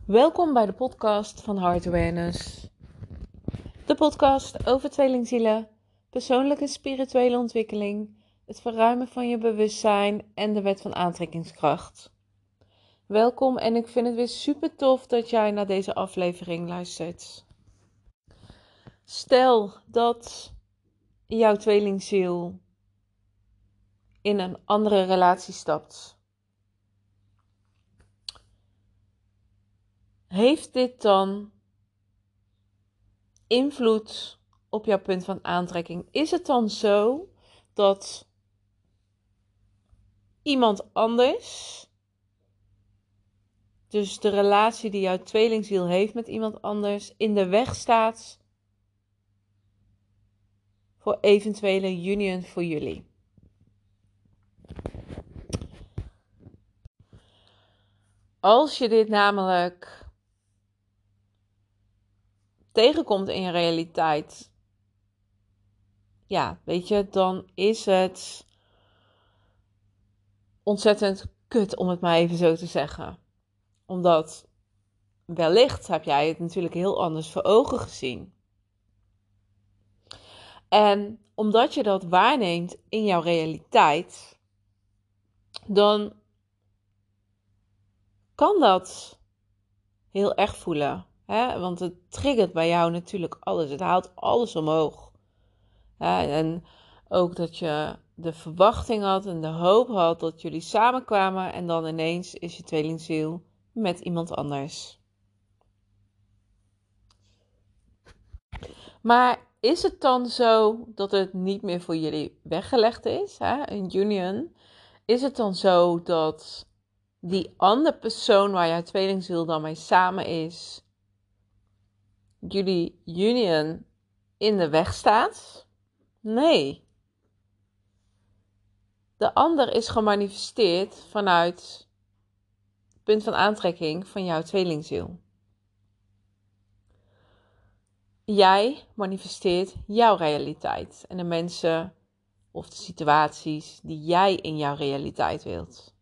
Welkom bij de podcast van Heart Awareness. De podcast over tweelingzielen, persoonlijke en spirituele ontwikkeling, het verruimen van je bewustzijn en de wet van aantrekkingskracht. Welkom en ik vind het weer super tof dat jij naar deze aflevering luistert. Stel dat jouw tweelingziel in een andere relatie stapt. Heeft dit dan invloed op jouw punt van aantrekking? Is het dan zo dat iemand anders, dus de relatie die jouw tweelingziel heeft met iemand anders, in de weg staat voor eventuele union voor jullie? Als je dit namelijk tegenkomt in je realiteit, ja, weet je, dan is het ontzettend kut, om het maar even zo te zeggen. Omdat wellicht heb jij het natuurlijk heel anders voor ogen gezien. En omdat je dat waarneemt in jouw realiteit, dan kan dat heel erg voelen. Hè? Want het triggert bij jou natuurlijk alles. Het haalt alles omhoog. En ook dat je de verwachting had en de hoop had dat jullie samenkwamen. En dan ineens is je tweelingziel met iemand anders. Maar is het dan zo dat het niet meer voor jullie weggelegd is? Hè? Een union. Is het dan zo dat die andere persoon waar jouw tweelingziel dan mee samen is, jullie union in de weg staat? Nee. De ander is gemanifesteerd vanuit het punt van aantrekking van jouw tweelingziel. Jij manifesteert jouw realiteit en de mensen of de situaties die jij in jouw realiteit wilt.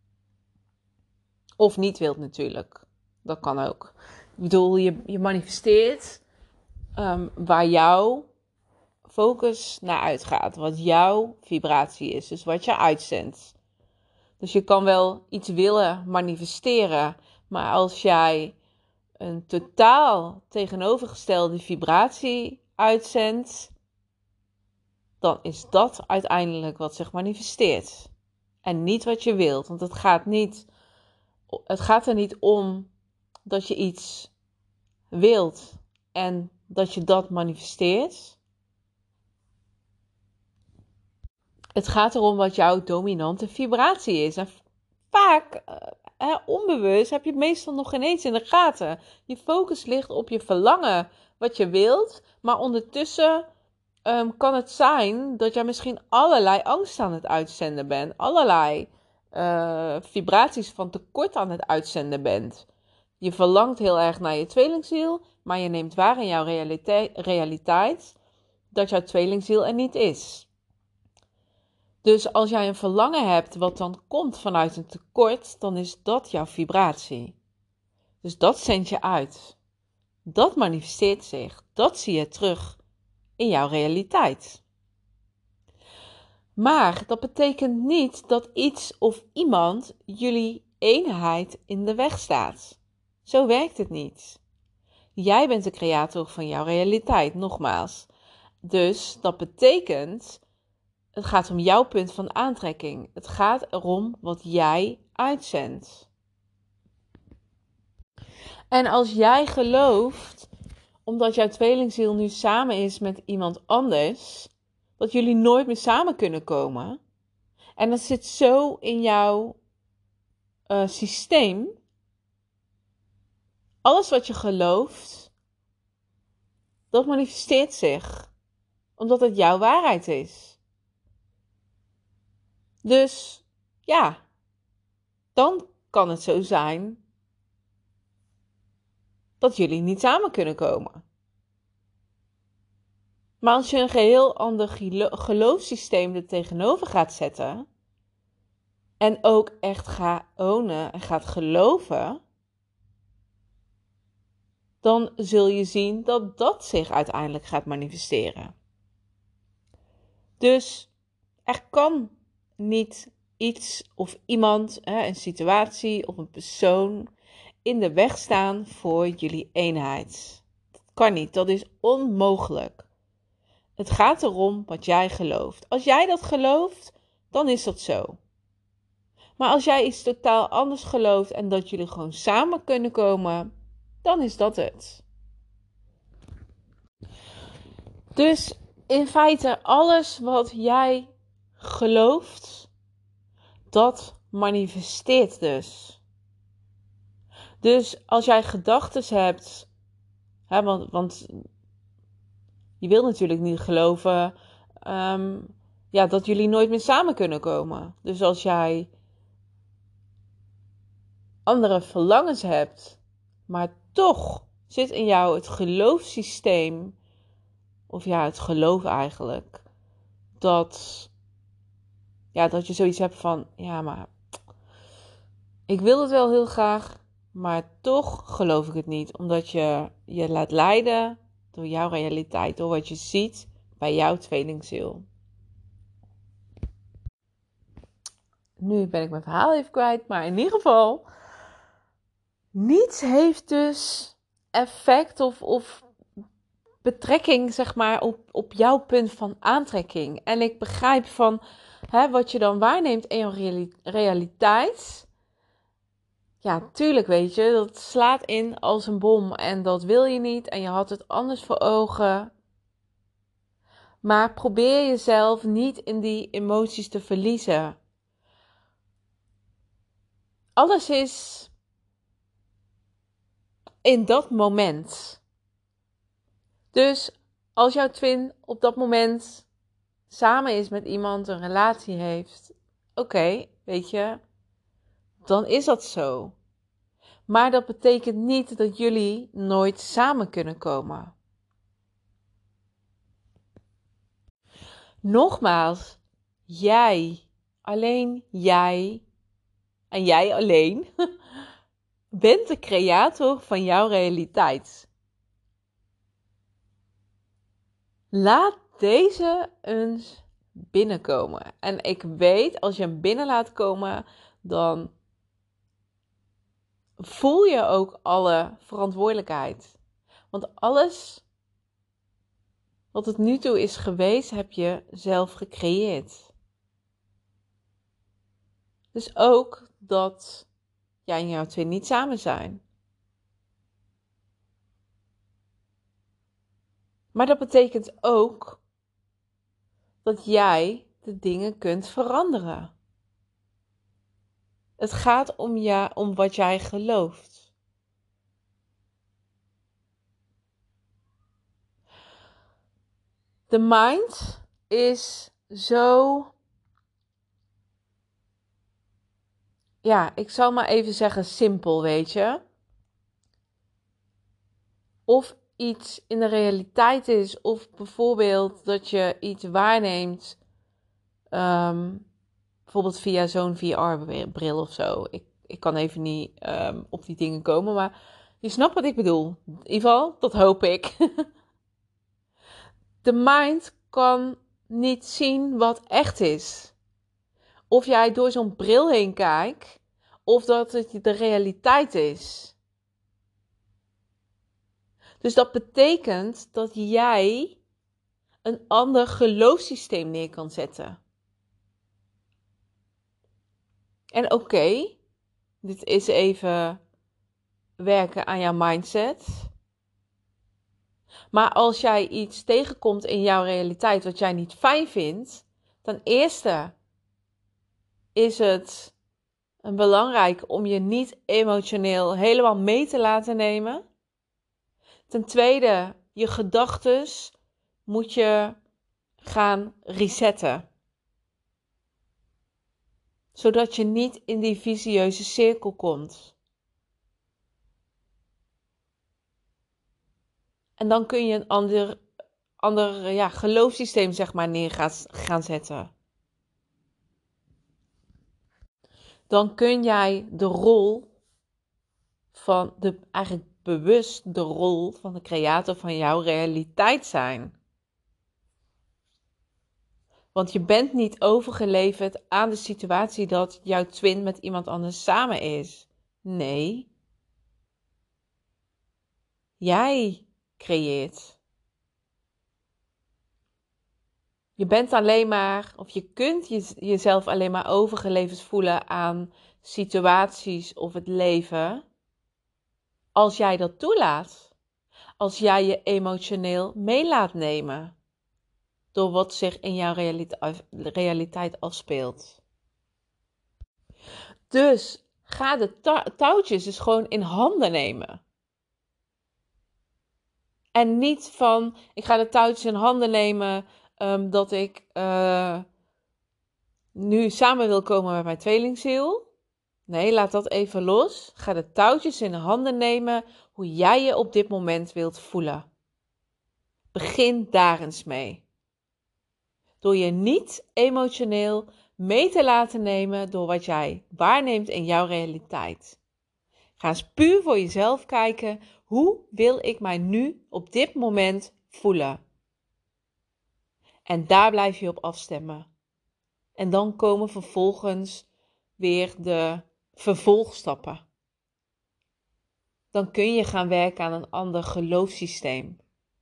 Of niet wilt natuurlijk. Dat kan ook. Ik bedoel, je manifesteert waar jouw focus naar uitgaat. Wat jouw vibratie is. Dus wat je uitzendt. Dus je kan wel iets willen manifesteren. Maar als jij een totaal tegenovergestelde vibratie uitzendt, dan is dat uiteindelijk wat zich manifesteert. En niet wat je wilt. Want het gaat er niet om dat je iets wilt en dat je dat manifesteert. Het gaat erom wat jouw dominante vibratie is. En vaak, onbewust, heb je het meestal nog geen eens in de gaten. Je focus ligt op je verlangen, wat je wilt. Maar ondertussen kan het zijn dat jij misschien allerlei angst aan het uitzenden bent. Allerlei vibraties van tekort aan het uitzenden bent. Je verlangt heel erg naar je tweelingziel, maar je neemt waar in jouw realiteit dat jouw tweelingziel er niet is. Dus als jij een verlangen hebt wat dan komt vanuit een tekort, dan is dat jouw vibratie. Dus dat zend je uit. Dat manifesteert zich. Dat zie je terug in jouw realiteit. Maar dat betekent niet dat iets of iemand jullie eenheid in de weg staat. Zo werkt het niet. Jij bent de creator van jouw realiteit, nogmaals. Dus dat betekent, het gaat om jouw punt van aantrekking. Het gaat erom wat jij uitzendt. En als jij gelooft, omdat jouw tweelingziel nu samen is met iemand anders, dat jullie nooit meer samen kunnen komen. En dat zit zo in jouw systeem. Alles wat je gelooft, dat manifesteert zich. Omdat het jouw waarheid is. Dus ja, dan kan het zo zijn dat jullie niet samen kunnen komen. Maar als je een geheel ander geloofssysteem er tegenover gaat zetten en ook echt gaat ownen en gaat geloven, dan zul je zien dat dat zich uiteindelijk gaat manifesteren. Dus er kan niet iets of iemand, een situatie of een persoon in de weg staan voor jullie eenheid. Dat kan niet, dat is onmogelijk. Het gaat erom wat jij gelooft. Als jij dat gelooft, dan is dat zo. Maar als jij iets totaal anders gelooft en dat jullie gewoon samen kunnen komen, dan is dat het. Dus in feite alles wat jij gelooft, dat manifesteert dus. Dus als jij gedachten hebt, want je wilt natuurlijk niet geloven dat jullie nooit meer samen kunnen komen. Dus als jij andere verlangens hebt, maar toch zit in jou het geloofssysteem, of het geloof eigenlijk, dat je zoiets hebt van, maar ik wil het wel heel graag, maar toch geloof ik het niet. Omdat je je laat leiden door jouw realiteit, door wat je ziet bij jouw tweelingziel. Nu ben ik mijn verhaal even kwijt, maar in ieder geval, niets heeft dus effect of betrekking, zeg maar, op jouw punt van aantrekking. En ik begrijp van wat je dan waarneemt in jouw realiteit. Ja, tuurlijk, weet je, dat slaat in als een bom en dat wil je niet en je had het anders voor ogen. Maar probeer jezelf niet in die emoties te verliezen. Alles is in dat moment. Dus als jouw twin op dat moment samen is met iemand, een relatie heeft, oké, weet je, dan is dat zo. Maar dat betekent niet dat jullie nooit samen kunnen komen. Nogmaals, alleen jij en jij alleen bent de creator van jouw realiteit. Laat deze eens binnenkomen. En ik weet, als je hem binnen laat komen, dan voel je ook alle verantwoordelijkheid. Want alles wat het nu toe is geweest, heb je zelf gecreëerd. Dus ook dat jij en jouw twin niet samen zijn. Maar dat betekent ook dat jij de dingen kunt veranderen. Het gaat om wat jij gelooft. De mind is zo, ik zal maar even zeggen simpel, weet je. Of iets in de realiteit is, of bijvoorbeeld dat je iets waarneemt, bijvoorbeeld via zo'n VR-bril of zo. Ik kan even niet op die dingen komen, maar je snapt wat ik bedoel. In ieder geval, dat hoop ik. De mind kan niet zien wat echt is. Of jij door zo'n bril heen kijkt, of dat het de realiteit is. Dus dat betekent dat jij een ander geloofssysteem neer kan zetten. En oké, dit is even werken aan jouw mindset. Maar als jij iets tegenkomt in jouw realiteit wat jij niet fijn vindt, ten eerste is het belangrijk om je niet emotioneel helemaal mee te laten nemen. Ten tweede, je gedachtes moet je gaan resetten. Zodat je niet in die vicieuze cirkel komt. En dan kun je een ander geloofssysteem zeg maar neer gaan zetten. Dan kun jij de rol van eigenlijk bewust de rol van de creator van jouw realiteit zijn. Want je bent niet overgeleverd aan de situatie dat jouw twin met iemand anders samen is. Nee. Jij creëert. Je bent alleen maar, of je kunt jezelf alleen maar overgeleverd voelen aan situaties of het leven, als jij dat toelaat. Als jij je emotioneel mee laat nemen door wat zich in jouw realiteit afspeelt. Dus ga de touwtjes dus gewoon in handen nemen. En niet van, ik ga de touwtjes in handen nemen dat ik nu samen wil komen met mijn tweelingziel. Nee, laat dat even los. Ga de touwtjes in handen nemen hoe jij je op dit moment wilt voelen. Begin daar eens mee. Door je niet emotioneel mee te laten nemen door wat jij waarneemt in jouw realiteit. Ga eens puur voor jezelf kijken, hoe wil ik mij nu op dit moment voelen? En daar blijf je op afstemmen. En dan komen vervolgens weer de vervolgstappen. Dan kun je gaan werken aan een ander geloofssysteem.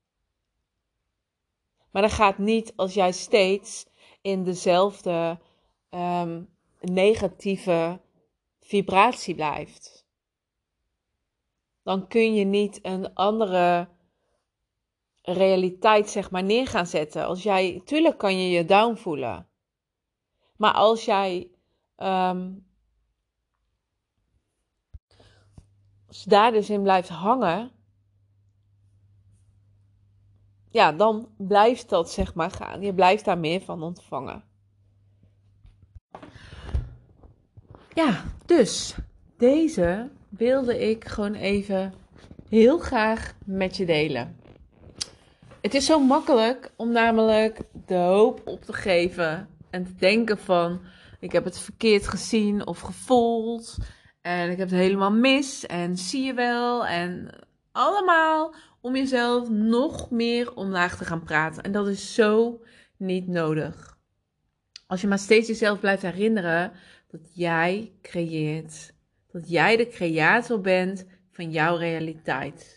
Maar dat gaat niet als jij steeds in dezelfde negatieve vibratie blijft. Dan kun je niet een andere realiteit zeg maar neer gaan zetten. Tuurlijk kan je je down voelen. Maar als jij als je daar dus in blijft hangen, ja, dan blijft dat zeg maar gaan. Je blijft daar meer van ontvangen. Ja, dus deze wilde ik gewoon even heel graag met je delen. Het is zo makkelijk om namelijk de hoop op te geven en te denken van, ik heb het verkeerd gezien of gevoeld en ik heb het helemaal mis en zie je wel en allemaal om jezelf nog meer omlaag te gaan praten. En dat is zo niet nodig. Als je maar steeds jezelf blijft herinneren dat jij creëert, dat jij de creator bent van jouw realiteit.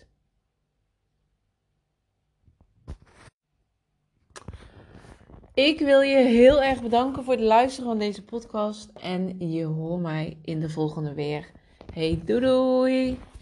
Ik wil je heel erg bedanken voor het luisteren van deze podcast. En je hoort mij in de volgende weer. Hey, doei doei!